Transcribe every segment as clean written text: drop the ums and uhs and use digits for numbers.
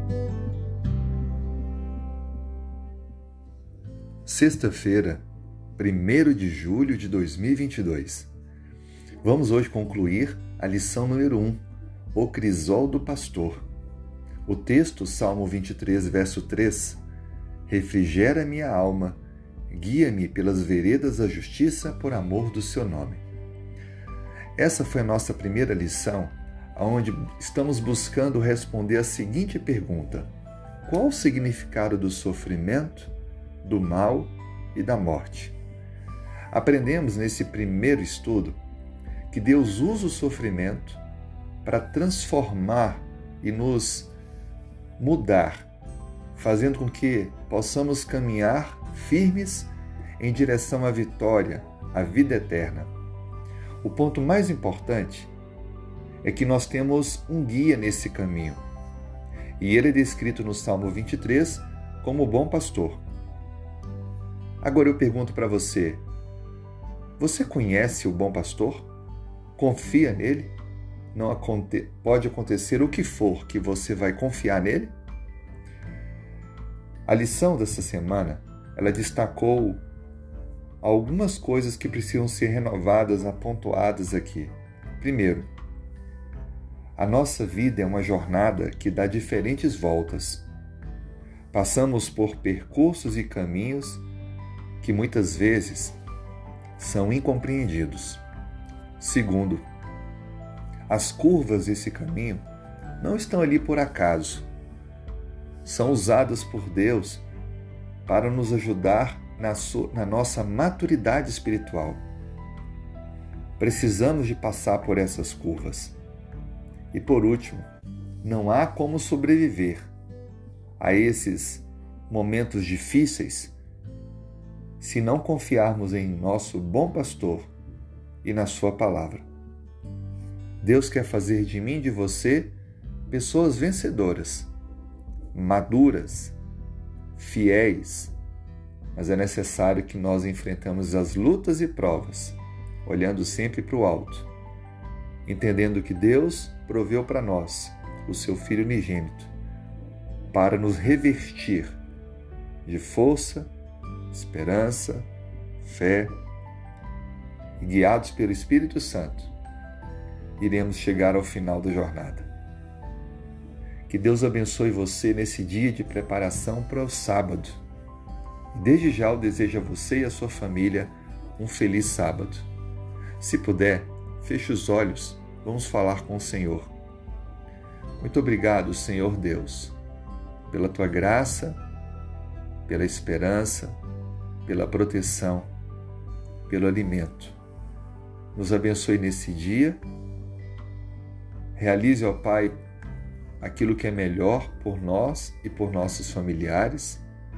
Sexta-feira, 1º de julho de 2022. Vamos hoje concluir a lição número 1, o crisol do pastor. O texto, Salmo 23, verso 3, refrigera minha alma, guia-me pelas veredas da justiça por amor do seu nome. Essa foi a nossa primeira lição, onde estamos buscando responder a seguinte pergunta: qual o significado do sofrimento, do mal e da morte? Aprendemos nesse primeiro estudo que Deus usa o sofrimento para transformar e nos mudar, fazendo com que possamos caminhar firmes em direção à vitória, à vida eterna. O ponto mais importante é que nós temos um guia nesse caminho, e ele é descrito no Salmo 23 como o bom pastor. Agora eu pergunto para você: você conhece o bom pastor? Confia nele? Pode acontecer o que for que você vai confiar nele? A lição dessa semana, ela destacou algumas coisas que precisam ser renovadas, apontadas aqui. Primeiro, a nossa vida é uma jornada que dá diferentes voltas. Passamos por percursos e caminhos que muitas vezes são incompreendidos. Segundo, as curvas desse caminho não estão ali por acaso. São usadas por Deus para nos ajudar na nossa maturidade espiritual. Precisamos de passar por essas curvas. E por último, não há como sobreviver a esses momentos difíceis se não confiarmos em nosso bom pastor e na sua palavra. Deus quer fazer de mim e de você pessoas vencedoras, maduras, fiéis, mas é necessário que nós enfrentamos as lutas e provas, olhando sempre para o alto, entendendo que Deus proveu para nós o seu Filho unigênito para nos revestir de força, esperança, fé, e guiados pelo Espírito Santo, iremos chegar ao final da jornada. Que Deus abençoe você nesse dia de preparação para o sábado. Desde já eu desejo a você e a sua família um feliz sábado. Se puder, feche os olhos, vamos falar com o Senhor. Muito obrigado, Senhor Deus, pela tua graça, pela esperança, pela proteção, pelo alimento. Nos abençoe nesse dia. Realize, ó Pai, aquilo que é melhor por nós e por nossos familiares.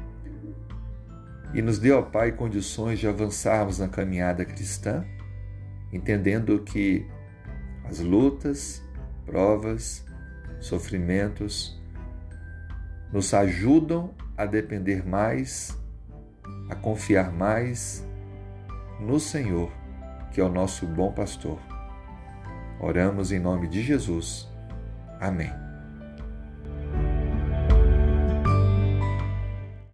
E nos dê, ó Pai, condições de avançarmos na caminhada cristã, entendendo que as lutas, provas, sofrimentos nos ajudam a depender mais, a confiar mais no Senhor, que é o nosso bom pastor. Oramos em nome de Jesus. Amém.